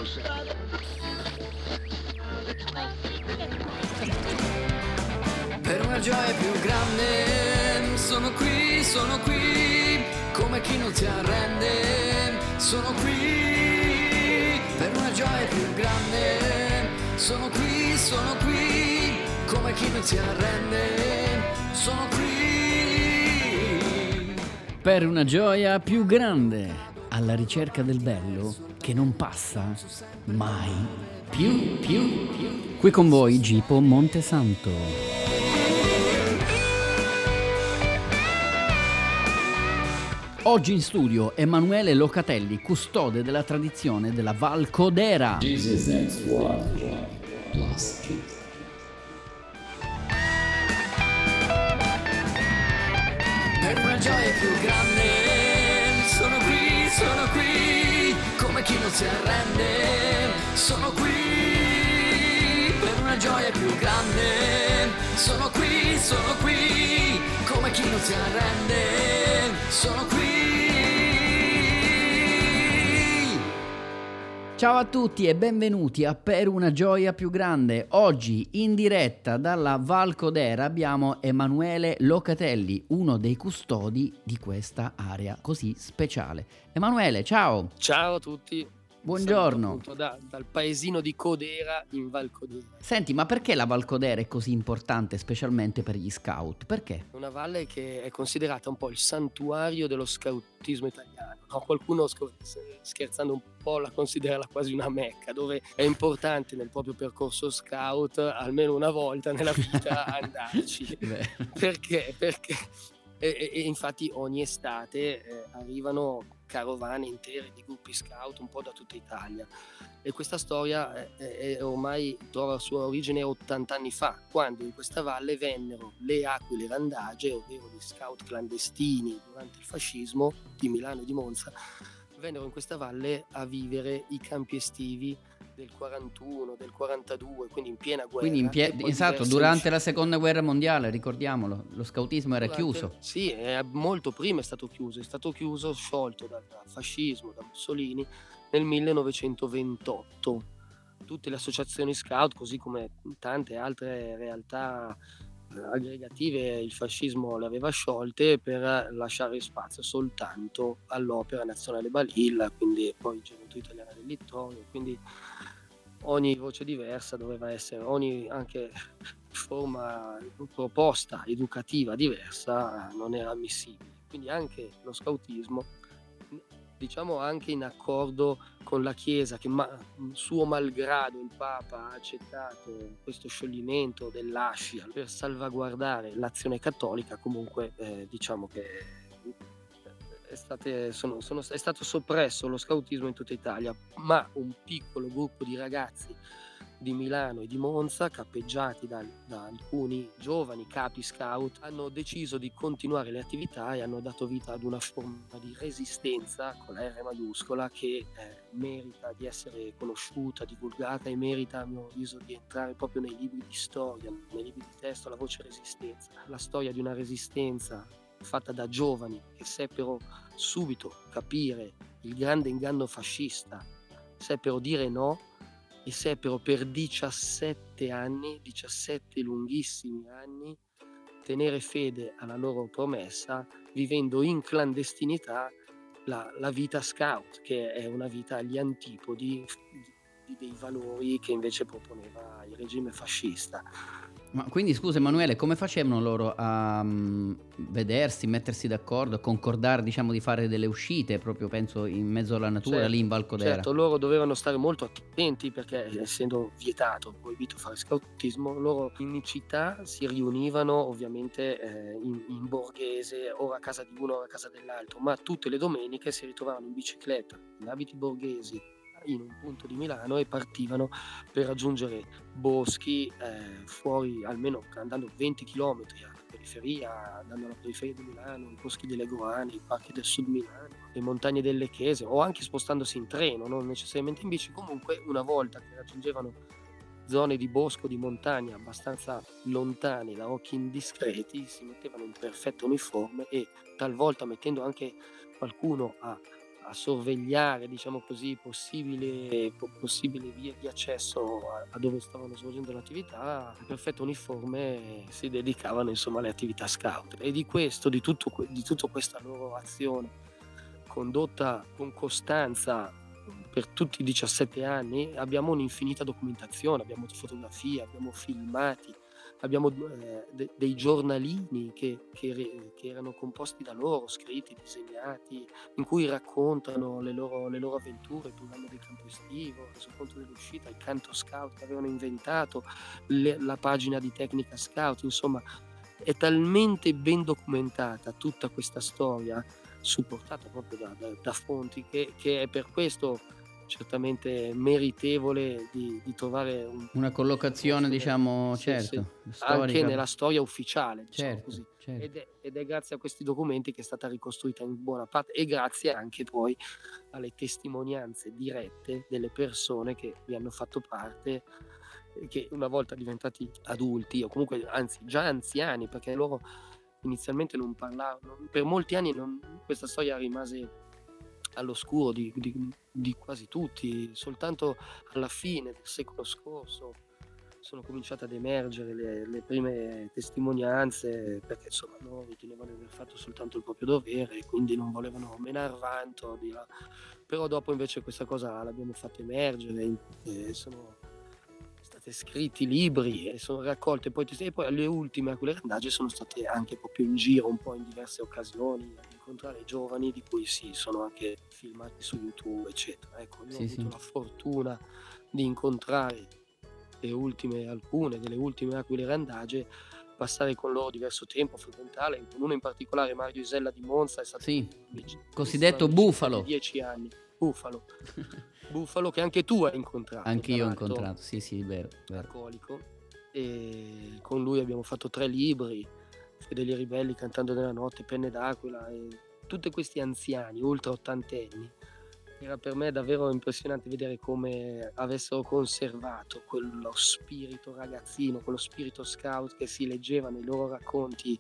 Per una gioia più grande, sono qui, come chi non si arrende, sono qui. Per una gioia più grande, sono qui, come chi non si arrende, sono qui. Per una gioia più grande, alla ricerca del bello che non passa mai più. Qui con voi Gipo Montesanto. Oggi in studio Emanuele Locatelli, custode della tradizione della Val Codera. Jesus next one plus two. Per una gioia più grande, sono qui, come chi non si arrende, sono qui. Per una gioia più grande, sono qui, come chi non si arrende, sono qui. Ciao a tutti e benvenuti a Per una gioia più grande. Oggi in diretta dalla Val Codera abbiamo Emanuele Locatelli, uno dei custodi di questa area così speciale. Emanuele, ciao! Ciao a tutti. Buongiorno. Appunto dal paesino di Codera in Val Codera. Senti, ma perché la Val Codera è così importante, specialmente per gli scout? Perché? Una valle che è considerata un po' il santuario dello scautismo italiano. No, qualcuno scherzando un po' la considera quasi una mecca, dove è importante nel proprio percorso scout almeno una volta nella vita andarci. Perché? E infatti ogni estate arrivano carovane intere di gruppi scout un po' da tutta Italia, e questa storia ormai trova la sua origine 80 anni fa, quando in questa valle vennero le Aquile Randage, ovvero gli scout clandestini durante il fascismo di Milano e di Monza, vennero in questa valle a vivere i campi estivi del 41, del 42, quindi in piena guerra. Quindi esatto, durante la seconda guerra mondiale, ricordiamolo, lo scautismo era chiuso. Sì, molto prima è stato chiuso, sciolto dal fascismo, da Mussolini nel 1928. Tutte le associazioni scout, così come tante altre realtà aggregative, il fascismo le aveva sciolte per lasciare spazio soltanto all'Opera Nazionale Balilla, quindi poi Gioventù Italiana del Littorio, quindi ogni voce diversa doveva essere, ogni anche forma, proposta educativa diversa non era ammissibile. Quindi anche lo scautismo, diciamo anche in accordo con la Chiesa, che suo malgrado il Papa ha accettato questo scioglimento dell'Ascia per salvaguardare l'azione cattolica, comunque diciamo che è stato soppresso lo scautismo in tutta Italia, ma un piccolo gruppo di ragazzi di Milano e di Monza, cappeggiati da alcuni giovani capi scout, hanno deciso di continuare le attività e hanno dato vita ad una forma di resistenza con la R maiuscola che merita di essere conosciuta, divulgata, e merita, a mio avviso, di entrare proprio nei libri di storia, nei libri di testo, la voce resistenza. La storia di una resistenza fatta da giovani che seppero subito capire il grande inganno fascista, seppero dire no e seppero per 17 anni, 17 lunghissimi anni, tenere fede alla loro promessa, vivendo in clandestinità la vita scout, che è una vita agli antipodi dei valori che invece proponeva il regime fascista. Ma quindi scusa Emanuele, come facevano loro a vedersi, mettersi d'accordo, concordare, diciamo, di fare delle uscite, proprio penso in mezzo alla natura, Certo, lì in Val Codera? Certo, loro dovevano stare molto attenti perché essendo vietato, proibito fare scautismo, loro in città si riunivano ovviamente in borghese, ora a casa di uno, ora a casa dell'altro, ma tutte le domeniche si ritrovavano in bicicletta, in abiti borghesi, in un punto di Milano, e partivano per raggiungere boschi fuori, almeno andando 20 km alla periferia, andando alla periferia di Milano, i boschi delle Goane, i parchi del sud Milano, le montagne del Chese, o anche spostandosi in treno, non necessariamente in bici. Comunque, una volta che raggiungevano zone di bosco, di montagna abbastanza lontane da occhi indiscreti, si mettevano in perfetto uniforme e talvolta mettendo anche qualcuno a a sorvegliare, diciamo così, possibili vie di accesso a dove stavano svolgendo l'attività, in perfetto uniforme si dedicavano insomma alle attività scout. E di tutta questa loro azione condotta con costanza per tutti i 17 anni, abbiamo un'infinita documentazione, abbiamo fotografie, abbiamo filmati, abbiamo dei giornalini che erano composti da loro, scritti, disegnati, in cui raccontano le loro avventure, il programma del campo estivo, il resoconto dell'uscita, il canto scout che avevano inventato, la pagina di tecnica scout, insomma è talmente ben documentata tutta questa storia, supportata proprio da fonti, che è per questo certamente meritevole di trovare Una collocazione, posto diciamo, sì, certo, anche storica. nella storia ufficiale, diciamo Certo, così. certo. Ed è grazie a questi documenti che è stata ricostruita in buona parte, e grazie anche poi alle testimonianze dirette delle persone che vi hanno fatto parte, che una volta diventati adulti, o comunque anzi già anziani, perché loro inizialmente non parlavano, per molti anni questa storia rimase all'oscuro di quasi tutti. Soltanto alla fine del secolo scorso sono cominciate ad emergere le prime testimonianze, perché insomma loro ritenevano di aver fatto soltanto il proprio dovere e quindi non volevano menar vanto però dopo invece questa cosa l'abbiamo fatta emergere, sono stati scritti libri e sono raccolte poi e poi le ultime Aquile sono state anche proprio in giro un po' in diverse occasioni ad incontrare giovani di cui sono anche filmati su YouTube, eccetera. Ecco, io ho avuto la fortuna di incontrare alcune delle ultime Aquile Randage, passare con loro diverso tempo, frequentarle, con uno in particolare, Mario Isella di Monza, è stato cosiddetto Bufalo. 10 anni. Bufalo che anche tu hai incontrato. Anche io ho incontrato, sì, vero. Alcolico, e con lui abbiamo fatto 3 libri, Fedeli Ribelli, Cantando nella notte, Penne d'Aquila, e tutti questi anziani, ultra ottantenni. Era per me davvero impressionante vedere come avessero conservato quello spirito ragazzino, quello spirito scout che si leggeva nei loro racconti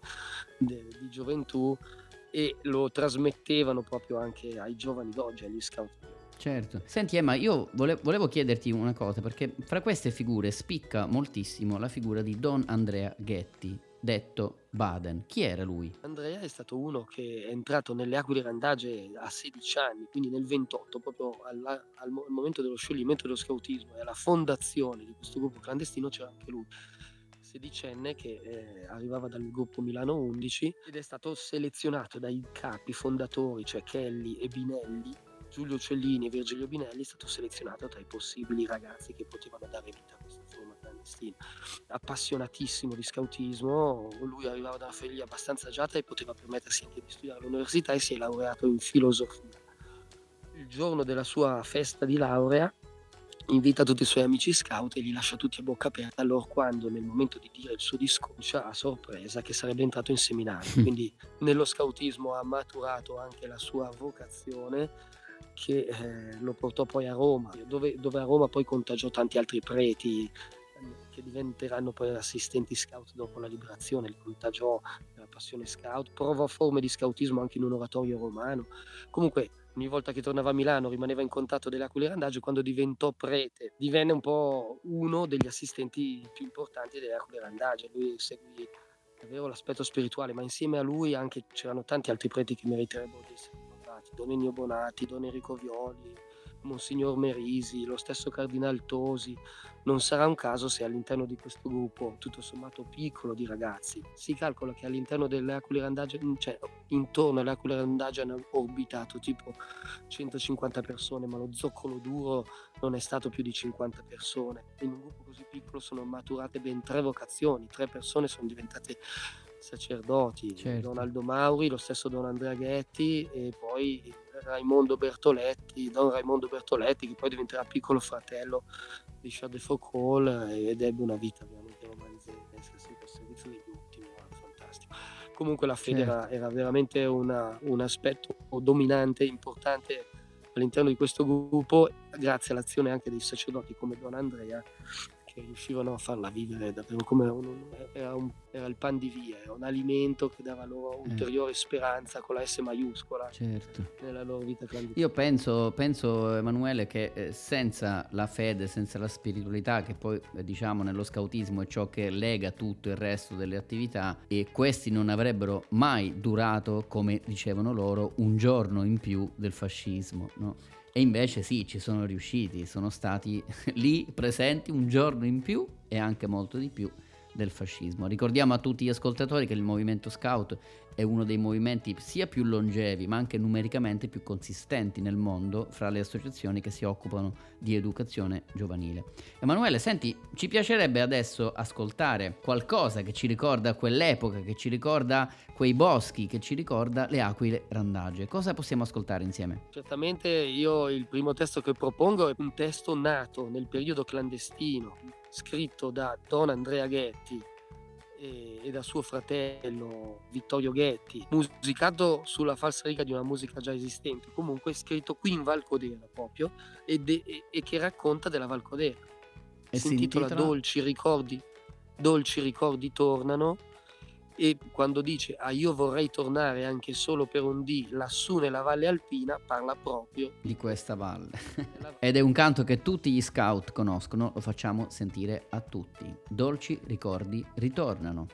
di gioventù, e lo trasmettevano proprio anche ai giovani d'oggi, agli scout. Certo. Senti Emma, io volevo chiederti una cosa, perché fra queste figure spicca moltissimo la figura di Don Andrea Ghetti, detto Baden. Chi era lui? Andrea è stato uno che è entrato nelle Aquile Randage a 16 anni, quindi nel 28, proprio al momento dello scioglimento dello scautismo e alla fondazione di questo gruppo clandestino c'era anche lui, sedicenne, che arrivava dal gruppo Milano 11 ed è stato selezionato dai capi fondatori, cioè Kelly e Binelli, Giulio Cellini e Virgilio Binelli. È stato selezionato tra i possibili ragazzi che potevano dare vita a questa forma clandestina. Appassionatissimo di scautismo, lui arrivava da una famiglia abbastanza agiata e poteva permettersi anche di studiare all'università, e si è laureato in filosofia. Il giorno della sua festa di laurea invita tutti i suoi amici scout e li lascia tutti a bocca aperta, allora quando nel momento di dire il suo discorso a sorpresa che sarebbe entrato in seminario. Quindi nello scautismo ha maturato anche la sua vocazione, che lo portò poi a Roma, dove a Roma poi contagiò tanti altri preti che diventeranno poi assistenti scout dopo la liberazione. Li contagiò la passione scout, provò forme di scautismo anche in un oratorio romano. Comunque ogni volta che tornava a Milano rimaneva in contatto delle Aquile Randage. Quando diventò prete divenne un po' uno degli assistenti più importanti delle Aquile Randage. Lui seguì davvero l'aspetto spirituale, ma insieme a lui anche c'erano tanti altri preti che meriterebbero di essere ricordati: Don Ennio Bonati, Don Enrico Violi, Monsignor Merisi, lo stesso Cardinal Tosi. Non sarà un caso se all'interno di questo gruppo, tutto sommato piccolo, di ragazzi, si calcola che all'interno delle Aquile Randage, cioè intorno alle Aquile Randage, hanno orbitato tipo 150 persone, ma lo zoccolo duro non è stato più di 50 persone. In un gruppo così piccolo sono maturate ben 3 vocazioni, 3 persone sono diventate sacerdoti, Certo. Don Aldo Mauri, lo stesso Don Andrea Ghetti, e poi Don Raimondo Bertoletti, che poi diventerà piccolo fratello di Charles de Foucault, ed ebbe una vita veramente romanzesca, sempre al servizio degli ultimi, fantastico. Comunque la fede era veramente un aspetto dominante, importante all'interno di questo gruppo, grazie all'azione anche dei sacerdoti come Don Andrea, che che riuscivano a farla vivere davvero come era il pan di via, era un alimento che dava loro ulteriore speranza con la S maiuscola Certo. nella loro vita clandestina. Io penso Emanuele che senza la fede, senza la spiritualità, che poi diciamo nello scautismo è ciò che lega tutto il resto delle attività, e questi non avrebbero mai durato, come dicevano loro, un giorno in più del fascismo, no? E invece sì, ci sono riusciti, sono stati lì presenti un giorno in più e anche molto di più del fascismo. Ricordiamo a tutti gli ascoltatori che il movimento scout è uno dei movimenti sia più longevi ma anche numericamente più consistenti nel mondo fra le associazioni che si occupano di educazione giovanile. Emanuele, senti, ci piacerebbe adesso ascoltare qualcosa che ci ricorda quell'epoca, che ci ricorda quei boschi, che ci ricorda le aquile randagge. Cosa possiamo ascoltare insieme? Certamente io il primo testo che propongo è un testo nato nel periodo clandestino, scritto da Don Andrea Ghetti e da suo fratello Vittorio Ghetti, musicato sulla falsariga di una musica già esistente, comunque scritto qui in Valcodera proprio, e che racconta della Valcodera. Si intitola Dolci ricordi tornano, e quando dice io vorrei tornare anche solo per un dì lassù nella Valle Alpina, parla proprio di questa valle. Ed è un canto che tutti gli scout conoscono, lo facciamo sentire a tutti. Dolci ricordi ritornano.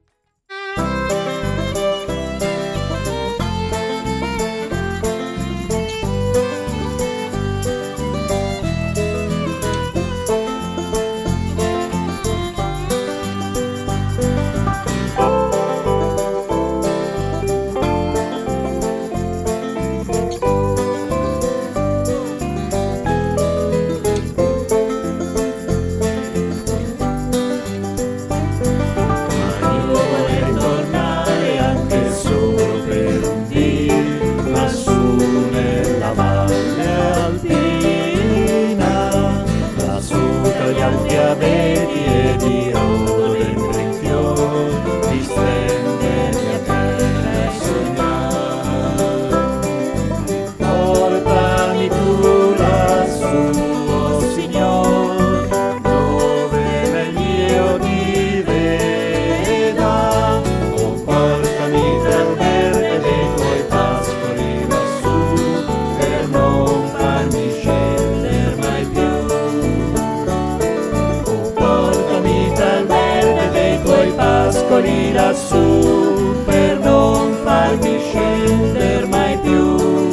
Lassù per non farmi scendere mai più.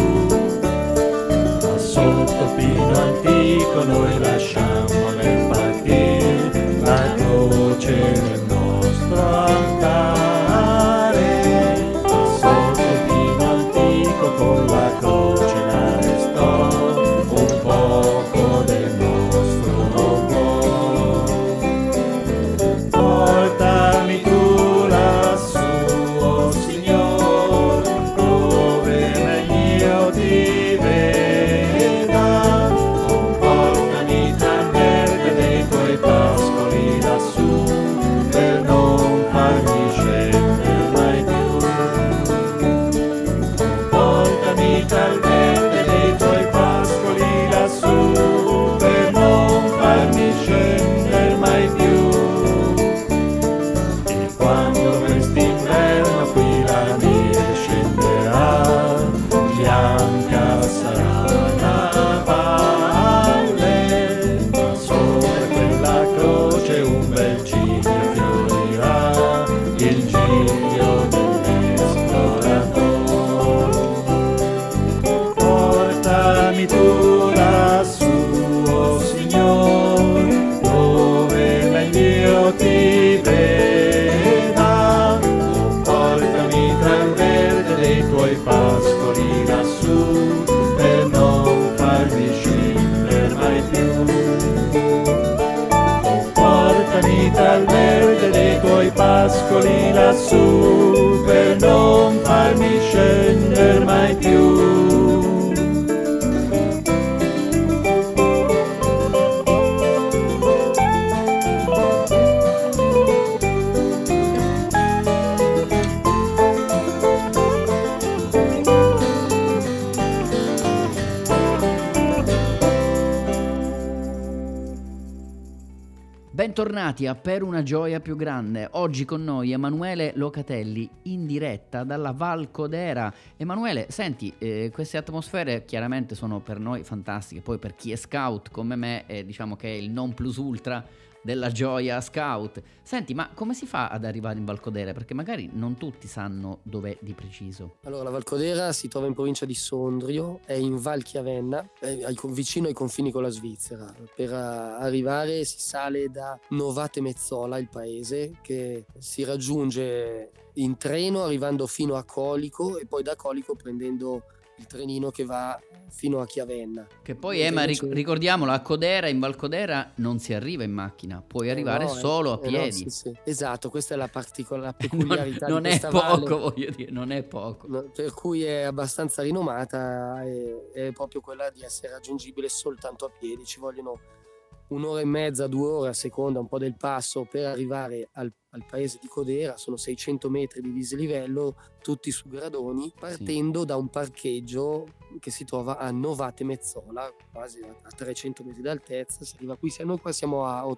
Ma sotto pino antico noi lasciamo nel partire la croce nel nostro altare. Ma sotto pino antico con la croce la restò un poco del nostro cuore. Portami tu pascoli lassù per non farmi scendere mai più. Bentornati a Per una gioia più grande. Oggi con noi Emanuele Locatelli in diretta dalla Val Codera. Emanuele, senti, queste atmosfere chiaramente sono per noi fantastiche, poi per chi è scout come me diciamo che è il non plus ultra della gioia scout. Senti, ma come si fa ad arrivare in Val Codera? Perché magari non tutti sanno dov'è di preciso. Allora, la Val Codera si trova in provincia di Sondrio, è in Val Chiavenna, vicino ai confini con la Svizzera. Per arrivare si sale da Novate Mezzola, il paese, che si raggiunge in treno arrivando fino a Colico e poi da Colico prendendo il trenino che va fino a Chiavenna. Che poi ma ricordiamolo, a Codera, in Val Codera non si arriva in macchina, puoi arrivare solo a piedi. No, sì. Esatto, questa è la peculiarità non di è questa poco, valle, voglio dire, non è poco. per cui è abbastanza rinomata, è proprio quella di essere raggiungibile soltanto a piedi. Ci vogliono 1 ora e mezza, 2 ore a seconda un po' del passo per arrivare al paese di Codera. Sono 600 metri di dislivello, tutti su gradoni, partendo da un parcheggio che si trova a Novate Mezzola, quasi a 300 metri d'altezza. Si arriva qui, noi qua siamo a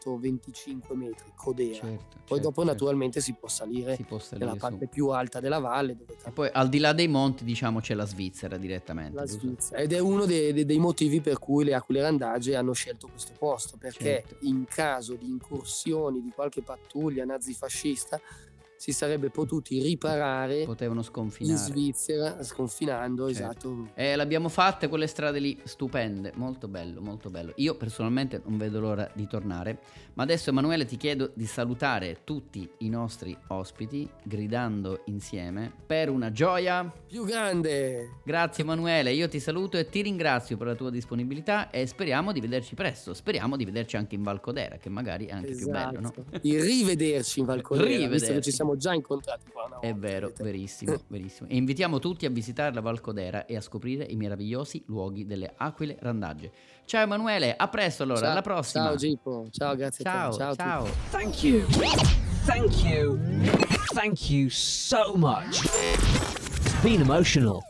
825 metri, Codera. Poi dopo naturalmente si può salire nella parte più alta della valle. E poi al di là dei monti, diciamo, c'è la Svizzera direttamente. La Svizzera. Ed è uno dei motivi per cui le Aquile Randagge hanno scelto questo posto, perché in caso di incursioni di qualche pattuglia nazifascista si sarebbe potuti riparare, potevano sconfinare in Svizzera, sconfinando. Esatto. L'abbiamo fatte quelle strade lì, stupende, molto bello, molto bello. Io personalmente non vedo l'ora di tornare, ma adesso Emanuele ti chiedo di salutare tutti i nostri ospiti gridando insieme per una gioia più grande. Grazie Emanuele, io ti saluto e ti ringrazio per la tua disponibilità e speriamo di vederci presto, speriamo di vederci anche in Val Codera, che magari è anche più bello, no? Di rivederci in Val Codera, visto che ci siamo già incontrati qua una volta. È vero, verissimo, verissimo. E invitiamo tutti a visitare la Val Codera e a scoprire i meravigliosi luoghi delle Aquile Randagge. Ciao Emanuele, a presto allora, alla prossima. Ciao Gippo, ciao, grazie a te. Ciao. Thank you so much. It's been emotional.